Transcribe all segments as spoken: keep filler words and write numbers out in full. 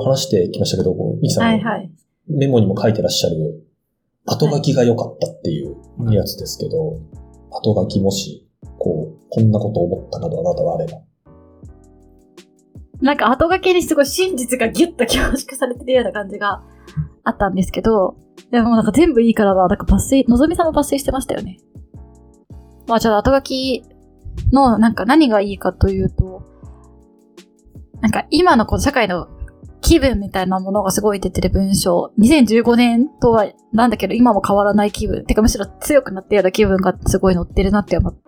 話してきましたけど、ミキさん、はいはい、メモにも書いてらっしゃる、後書きが良かったっていうやつですけど、はい、後書きもし、こう、こんなこと思ったなどあなたがあれば。 なんか後書きにすごい真実がギュッと凝縮されてるような感じがあったんですけど、でもなんか全部いいからな、なんか抜粋、のぞみさんも抜粋してましたよね。まあじゃあ後書きのなんか何がいいかというと、なんか今のこの社会の気分みたいなものがすごい出てる文章、にせんじゅうごねんとはなんだけど今も変わらない気分、てかむしろ強くなってるような気分がすごい乗ってるなって思って、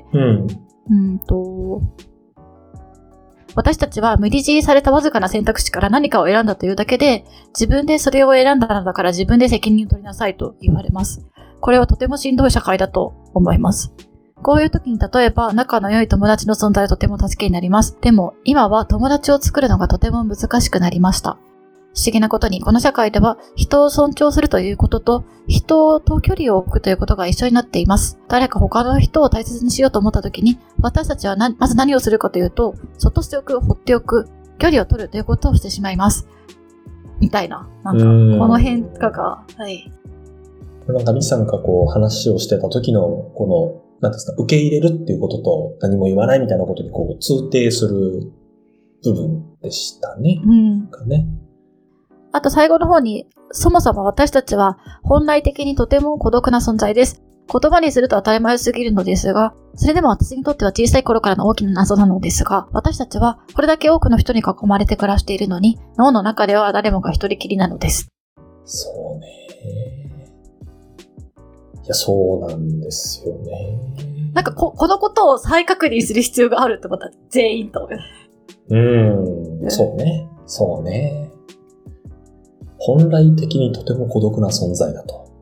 うん、うんと私たちは無理強いされたわずかな選択肢から何かを選んだというだけで、自分でそれを選んだのだから自分で責任を取りなさいと言われます。これはとてもしんどい社会だと思います。こういう時に例えば仲の良い友達の存在はとても助けになります。でも今は友達を作るのがとても難しくなりました。不思議なことにこの社会では人を尊重するということと人と距離を置くということが一緒になっています。誰か他の人を大切にしようと思った時に私たちはなまず何をするかというと、そっとしておく、放っておく、距離を取るということをしてしまいます。みたいな。なんかこの変化が、はい。 なんかミキさんがこう話をしてた時のこのなんですか、受け入れるっていうことと何も言わないみたいなことにこう通底する部分でしたね。うん。かね。 あと最後の方に、そもそも私たちは本来的にとても孤独な存在です。言葉にすると当たり前すぎるのですが、それでも私にとっては小さい頃からの大きな謎なのですが、私たちはこれだけ多くの人に囲まれて暮らしているのに、脳の中では誰もが一人きりなのです。 そうね。いや、そうなんですよね。 なんかこ、このことを再確認する必要があるって思ったら全員と。 うーん、そうね。そうね。本来的にとても孤独な存在だと。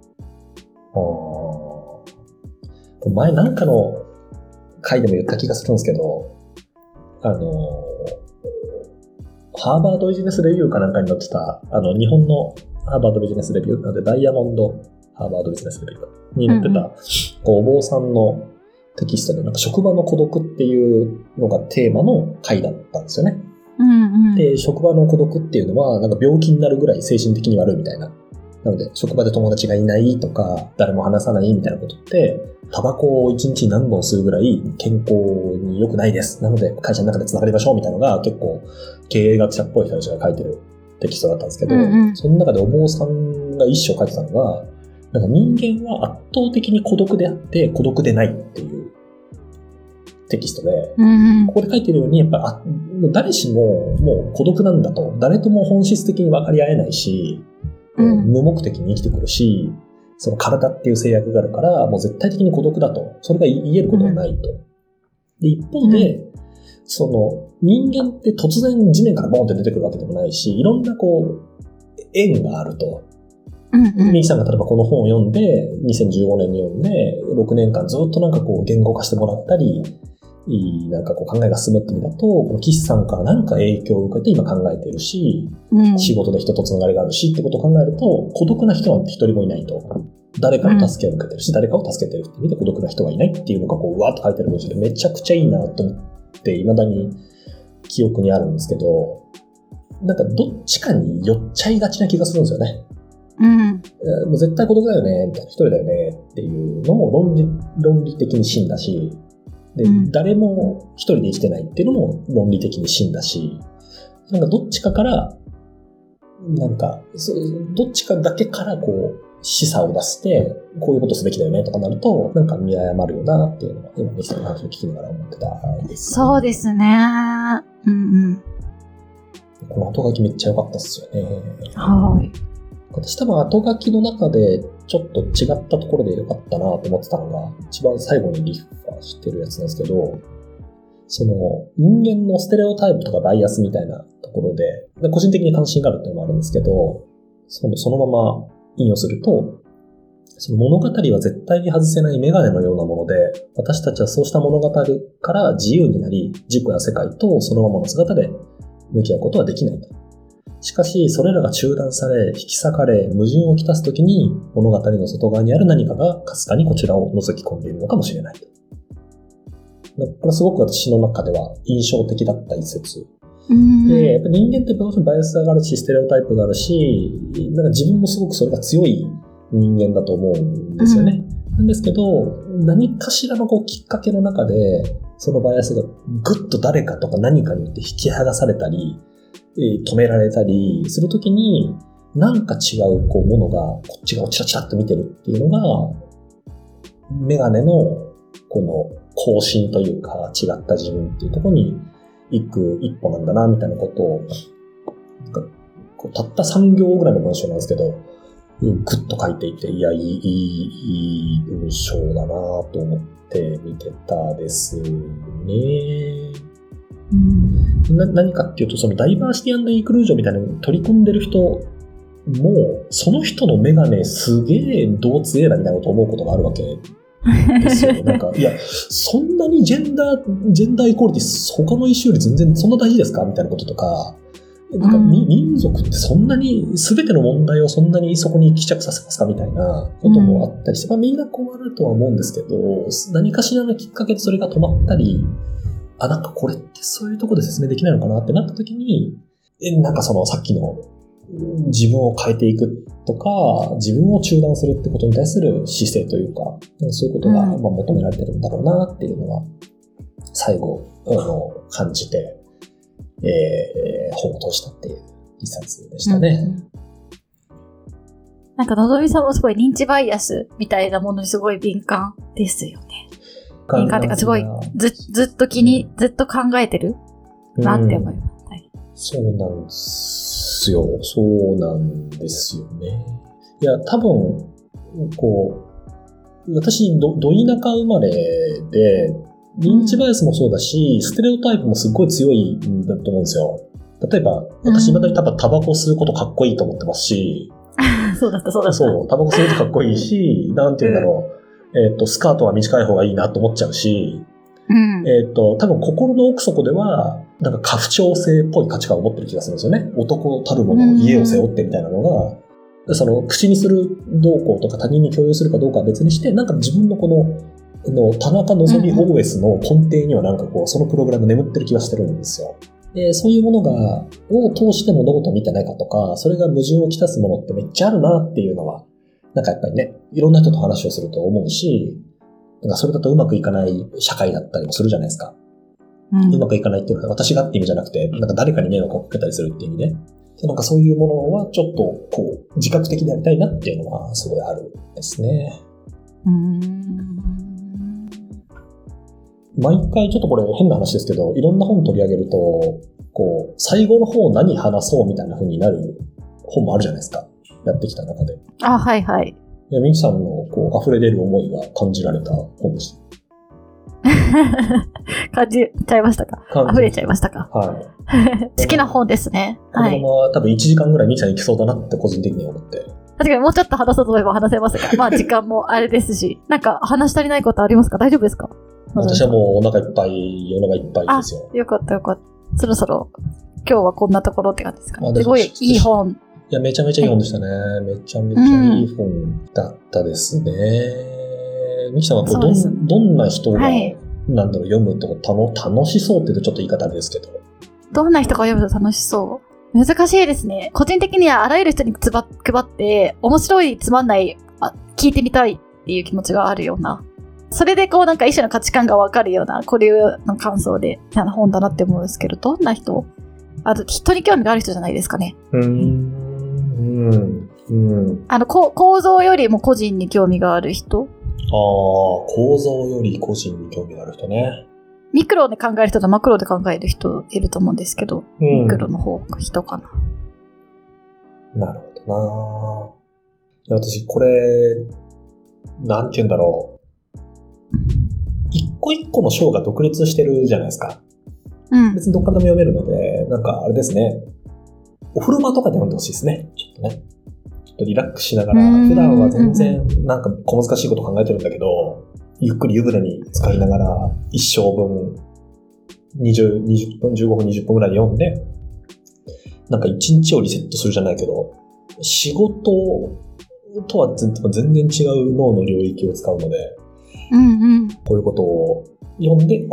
あ前なんかの回でも言った気がするんですけど、あの、ハーバードビジネスレビューかなんかに載ってた、あの、日本のハーバードビジネスレビュー、なんでダイヤモンドハーバードビジネスレビューに載ってた、うんうん、こうお坊さんのテキストで、なんか職場の孤独っていうのがテーマの回だったんですよね。うんうん、で、職場の孤独っていうのは、なんか病気になるぐらい精神的に悪いみたいな。なので、職場で友達がいないとか、誰も話さないみたいなことって、タバコをいちにちに何本吸うぐらい健康に良くないです。なので、会社の中で繋がりましょうみたいなのが結構経営学者っぽい人たちが書いてるテキストだったんですけど、うんうん、その中でお坊さんが一章書いてたのが、なんか人間は圧倒的に孤独であって孤独でないっていうテキストで、うんうん、ここで書いてるように、やっぱ誰しももう孤独なんだと、誰とも本質的に分かり合えないし、うん、無目的に生きてくるし、その体っていう制約があるから、もう絶対的に孤独だと。それが言えることはないと。うん、で、一方で、うん、その人間って突然地面からボンって出てくるわけでもないし、いろんなこう、縁があると。うんうん、ミキさんが例えばこの本を読んで、にせんじゅうごねんに読んで、ろくねんかんずっとなんかこう言語化してもらったり、なんかこう考えが進むって意味だと、この岸さんからなんか影響を受けて今考えているし、うん、仕事で人とつながりがあるしってことを考えると、孤独な人なんて一人もいないと。誰かの助けを受けてるし、うん、誰かを助けてるって意味で孤独な人はいないっていうのがこう、うわーっと書いてある文章でめちゃくちゃいいなと思って、未だに記憶にあるんですけど、なんかどっちかに寄っちゃいがちな気がするんですよね。うん、もう絶対孤独だよね、みたいな、一人だよねっていうのも論理、論理的に真だし、で、うん、誰も一人で生きてないっていうのも論理的に真だし、なんかどっちかから、なんか、どっちかだけからこう、示唆を出して、こういうことすべきだよねとかなると、なんか見誤るよなっていうのは、今、ミキさんの話を聞きながら思ってたんです、 ね。そうですね。うんうん。 この後書きめっちゃ良かったっすよね。 はい。 私多分後書きの中でちょっと違ったところで良かったなと思ってたのが、一番最後にリファーしてるやつなんですけど、その人間のステレオタイプとかバイアスみたいなところで、個人的に関心があるっていうのもあるんですけど、その、そのまま引用すると、その物語は絶対に外せないメガネのようなもので、私たちはそうした物語から自由になり、自己や世界とそのままの姿で向き合うことはできないと。しかし、それらが中断され、引き裂かれ、矛盾をきたすときに、物語の外側にある何かがかすかにこちらを覗き込んでいるのかもしれないと。これはすごく私の中では印象的だった一節うん、 で、やっぱ人間ってどうしてもバイアスがあるし、ステレオタイプがあるし、なんか自分もすごくそれが強い人間だと思うんですよね。うん、なんですけど、何かしらのこうきっかけの中で、そのバイアスがぐっと誰かとか何かによって引き剥がされたり、止められたりするときに、なんか違うこうものがこっち側をチラチラっと見てるっていうのが、メガネのこの更新というか違った自分っていうところに行く一歩なんだなみたいなことを、なんかこうたったさん行ぐらいの文章なんですけど、ぐっと書いていて、いや、いい、いい、いい文章だなと思って見てたですね。うん、な何かっていうと、そのダイバーシティ&インクルージョンみたいなのに取り組んでる人も、その人のメガネすげえどう強えなみたいなことを思うことがあるわけですよ。なんか、いや、そんなにジェンダー、ジェンダーイコーリティ他の一種より全然そんな大事ですかみたいなこととか、なんか、うん、民族ってそんなに全ての問題をそんなにそこに帰着させますかみたいなこともあったりして、うん、まあみんな困るとは思うんですけど、何かしらのきっかけでそれが止まったり、あ、なんかこれってそういうところで説明できないのかなってなった時に、え、なんかそのさっきの自分を変えていくとか、自分を中断するってことに対する姿勢というか、そういうことがまあ求められてるんだろうなっていうのは、最後、あの、感じて、えー、本を通したっていう一冊でしたね。うん、 なんかのぞみさんもすごい認知バイアスみたいなものにすごい敏感ですよね。敏感っていうかすごいず、ずっと気に、ずっと考えてるなって思います。うん、はい、 そうなんですよ。そうなんですよね。いや、多分、こう、私、ど、ど田舎生まれで、認知バイアスもそうだし、うん、ステレオタイプもすっごい強いんだと思うんですよ。例えば、私、今だに多分タバコ吸うことかっこいいと思ってますし、 そうだった、そうだった。 そう、タバコ吸うことかっこいいし、なんて言うんだろう。うんえっと、スカートは短い方がいいなと思っちゃうし、うん、えっと、多分心の奥底では、なんか家父長制っぽい価値観を持ってる気がするんですよね。男たるもの、家を背負ってみたいなのが、うん、その、口にする動向とか他人に共有するかどうかは別にして、なんか自分のこの、の田中希実 オーエス の根底にはなんかこう、そのプログラム眠ってる気がしてるんですよ。で、そういうものが、を通して物事を見てないかとか、それが矛盾をきたすものってめっちゃあるなっていうのは、なんかやっぱりね、いろんな人と話をすると思うし、なんかそれだとうまくいかない社会だったりもするじゃないですか。うん、うまくいかないっていうのは私がって意味じゃなくて、なんか誰かに迷惑をかけたりするっていう意味で、なんかそういうものはちょっとこう自覚的でありたいなっていうのはすごいあるですね。うーん毎回ちょっとこれ変な話ですけど、いろんな本取り上げると、こう最後の方何話そうみたいな風になる本もあるじゃないですか。やってきた中で。 あ、はいはい。 いや、ミキさんのこう溢れ出る思いが感じられた本でした。 感じちゃいましたか？溢れちゃいましたか？ はい。 好きな本ですね。 このまま、はい、多分いちじかんぐらいミキさんいけそうだなって個人的に思って。 確かにもうちょっと話そうと思えば話せますが、まあ時間もあれですし、なんか話し足りないことありますか？大丈夫ですか？ 私はもうお腹いっぱい、世の中いっぱいですよ。 あ、よかったよかった。そろそろ今日はこんなところって感じですかね。すごいいい本。 いや、めちゃめちゃいい本でしたね。はい、めちゃめちゃいい本だったですね。うん、ミキさんはこうどん、どんな人が、はい、なんだろう、読むと楽、楽しそうって言うとちょっと言い方あれですけど。 どんな人が読むと楽しそう難しいですね。個人的にはあらゆる人につば配って、面白い、つまんない、あ、聞いてみたいっていう気持ちがあるような。それでこうなんか一種の価値観がわかるような、こういうの感想で、本だなって思うんですけど、どんな人あと、人に興味がある人じゃないですかね。 うーん。うんうん、 あのこ構造よりも個人に興味がある人。 ああ、構造より個人に興味がある人ね。 ミクロで考える人とマクロで考える人いると思うんですけど、うん、ミクロの方が人かな。なるほどな。私これなんて言うんだろう。一個一個の章が独立してるじゃないですか。うん。別にどっからでも読めるので、なんかあれですね。お風呂場とかで読んでほしいですね。ちょっとね。ちょっとリラックスしながら、普段は全然なんか小難しいこと考えてるんだけど、ゆっくり湯船に浸かりながら一生分にじゅう、にじゅっぷん、じゅうごふん、にじゅっぷんぐらい読んで、なんか一日をリセットするじゃないけど、仕事とは全然違う脳の領域を使うので、うんうん、こういうことを読んで、こう、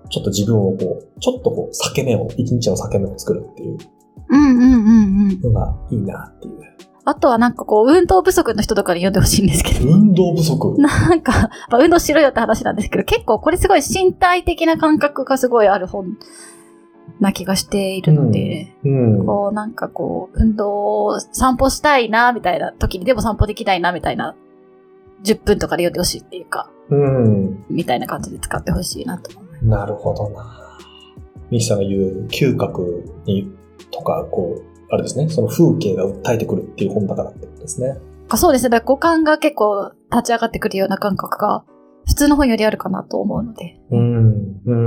ちょっと自分をこう、ちょっとこう、裂け目を、一日の裂け目を作るっていううんうんうんうん。 のがいいなっていう。 あとはなんかこう、運動不足の人とかに読んでほしいんですけど。 運動不足なんか、まあ、運動しろよって話なんですけど、結構これすごい身体的な感覚がすごいある本な気がしているので、 うんうん、 こうなんかこう、運動、散歩したいな、みたいな時にでも散歩できないな、みたいな、じゅっぷんとかで読んでほしいっていうか、 うん、 みたいな感じで使ってほしいなと思います。 なるほどな。ミキさんが言う嗅覚にとか、こう、あれですね、その風景が訴えてくるっていう本だからってことですね。 そうですね。五感が結構立ち上がってくるような感覚が普通の本よりあるかなと思うので。 うん、うん。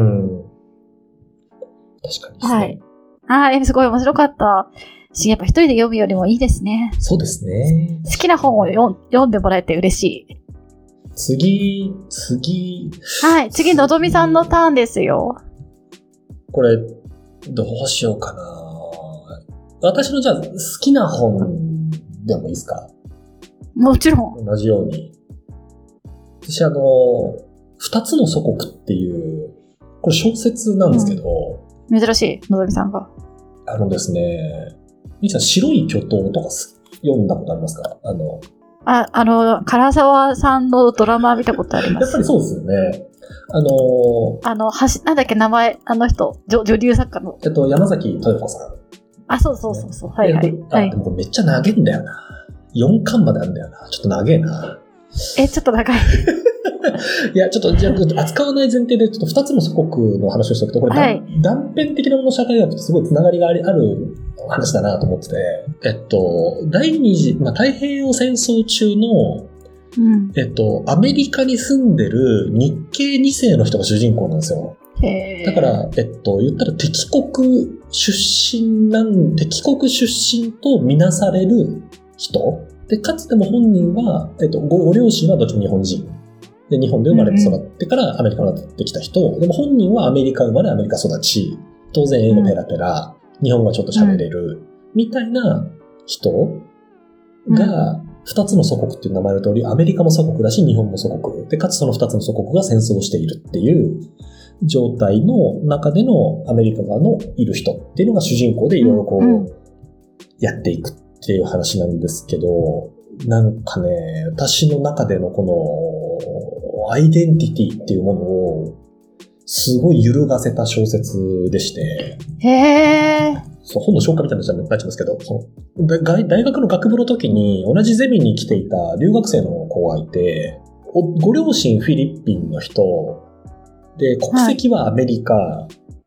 確かにですね。 はい。はい、すごい面白かったし、やっぱ一人で読むよりもいいですね。 そうですね。 好きな本を読読んでもらえて嬉しい。 次、次。 はい。次、のぞみさんのターンですよ。 これ、どうしようかな。私のじゃあ、好きな本でもいいですか？ もちろん。 同じように。私、あの、二つの祖国っていう、これ小説なんですけど。 うん、珍しい、のぞみさんが。 あのですね、みきさん、白い巨塔とか読んだことありますか？あの、 あ、あの、唐沢さんのドラマ見たことあります。 やっぱりそうですよね。あのー、あの、はし、なんだっけ、名前、あの人、女, 女流作家の。 えっと、山崎豊子さん。 あ、そうそうそうそう。はいはい。 あ、 はい、 でもこれめっちゃ長いんだよな。よんかんまであるんだよな。ちょっと長いな。 え、ちょっと長い。 いや、ちょっと、じゃあ、扱わない前提で、ちょっと二つの祖国の話をしておくと、これ、はい、断片的なもの社会学とすごいつながりがある話だなと思ってて、えっと、第二次、まあ、太平洋戦争中の、うん、えっと、アメリカに住んでる日系二世の人が主人公なんですよ。 へー。 だから、えっと、言ったら敵国出身なん、敵国出身とみなされる人で、かつても本人は、えっと、ご, ご両親はどっちも日本人。で、日本で生まれて育ってからアメリカに渡ってきた人、うんうん、でも本人はアメリカ生まれ、アメリカ育ち、当然英語ペラペラ、うん、日本語ちょっと喋れる、うん、みたいな人が、二つの祖国っていう名前の通り、アメリカも祖国だし、日本も祖国。で、かつその二つの祖国が戦争をしているっていう状態の中でのアメリカ側のいる人っていうのが主人公でいろいろこう、やっていくっていう話なんですけど、なんかね、私の中でのこのアイデンティティっていうものをすごい揺るがせた小説でして。 へー。 そう本の紹介みたいになっちゃうんですけど、その大学の学部の時に同じゼミに来ていた留学生の子がいて、ご両親フィリピンの人で、国籍はアメリカ、はい、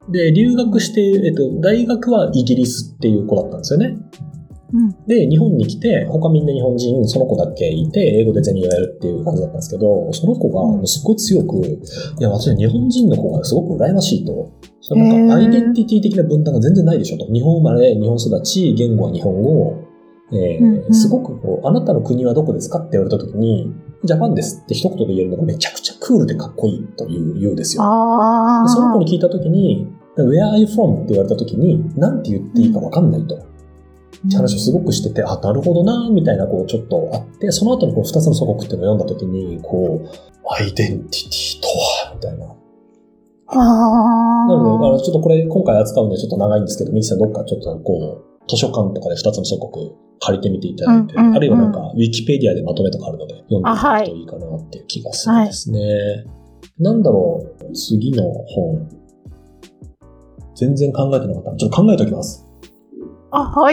で留学して、えっと、大学はイギリスっていう子だったんですよね。うん、で日本に来て他みんな日本人、その子だけいて英語でゼミをやるっていう感じだったんですけど、その子がすごい強く、いや私は日本人の子がすごく羨ましいと。それなんかアイデンティティ的な分断が全然ないでしょと。日本生まれ、日本育ち、言語は日本語、えーうんうん、すごくこうあなたの国はどこですかって言われた時にジャパンですって一言で言えるのがめちゃくちゃクールでかっこいいという言うんですよ。 あその子に聞いた時に Where are you from? って言われた時に何て言っていいか分かんないと、うん、って話をすごくしてて、あ、なるほどなみたいなこうちょっとあって、その後にこう二つの祖国っていうのを読んだ時にこうアイデンティティとはみたいな。 あなので、あのちょっとこれ今回扱うのはちょっと長いんですけど、ミキさんどっかちょっとこう図書館とかで二つの祖国借りてみていただいて、うんうんうん、あるいはなんかウィキペディアでまとめとかあるので読んでいただくといいかなっていう気がするんですね。はい、なんだろう、次の本。全然考えてなかった。ちょっと考えておきます。 あ、はい。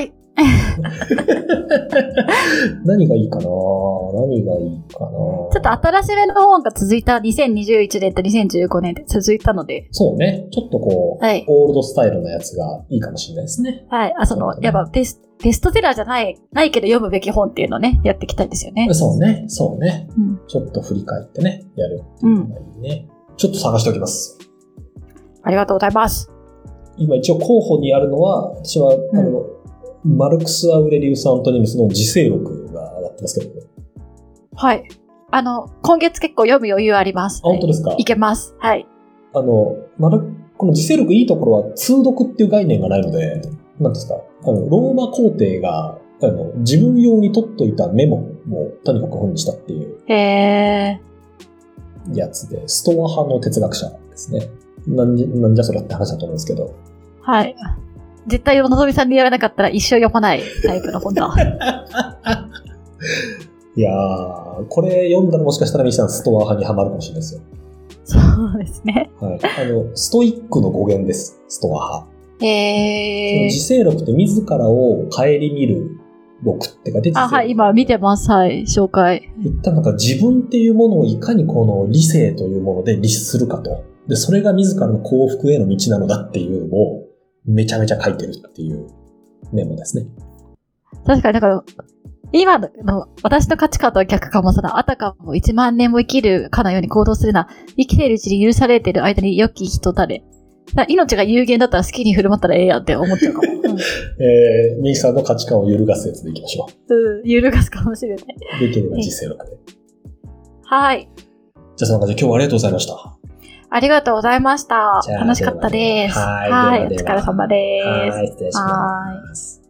何がいいかな何がいいかなちょっと新しめの本が続いたにせんにじゅういちねんとにせんじゅうごねんで続いたので。 そうね。ちょっとこう、はい、オールドスタイルなやつがいいかもしれないですね。 はい。あ、その、ね、やっぱベスト、ベストセラーじゃない、ないけど読むべき本っていうのをね、やっていきたいですよね。 そうね。そうね。うん、ちょっと振り返ってね、やるっていうのがいいね。うん、ちょっと探しておきます。 ありがとうございます。 今一応候補にあるのは、私は、うん、あの、マルクス・アウレリウス・アントニヌスの自制録が上がってますけど、ね、 はい。あの、今月結構読む余裕あります。 あ、本当ですか？ いけます。はい。 あの、マルこの自制録いいところは通読っていう概念がないので、なんですか、あの、ローマ皇帝が、あの、自分用に取っといたメモをとにかく本にしたっていう。 へー。 やつで、ストア派の哲学者ですね。 なんじなんじゃそれって話だと思うんですけど。 はい。絶対のぞみさんにやらなかったら一生読まないタイプの本だ。 いやー、これ読んだらもしかしたらミキさんストア派にはまるかもしれないですよ。 そうですね。 はい。あの、ストイックの語源です、ストア派。 へー。 自制録って自らを顧みる録ってかで、 あ、はい、今見てます。はい、紹介。 言ったなんか自分っていうものをいかにこの理性というもので律するかと。で、それが自らの幸福への道なのだっていうのをめちゃめちゃ書いてるっていうメモですね。 確かに、だから、今の私の価値観とは逆かも。そのあたかもいちまんねんも生きるかのように行動するな。生きているうちに許されている間に良き人たれ。命が有限だったら好きに振る舞ったらええやんって思っちゃうかも。うん、 えー、ミキさんの価値観を揺るがすやつでいきましょう。うん、揺るがすかもしれない。 できれば自制録で。 はい。 じゃあそんな感じで今日はありがとうございました。 ありがとうございました。楽しかったです。 はい。 はい。 ではではお疲れ様です。 はい。失礼します。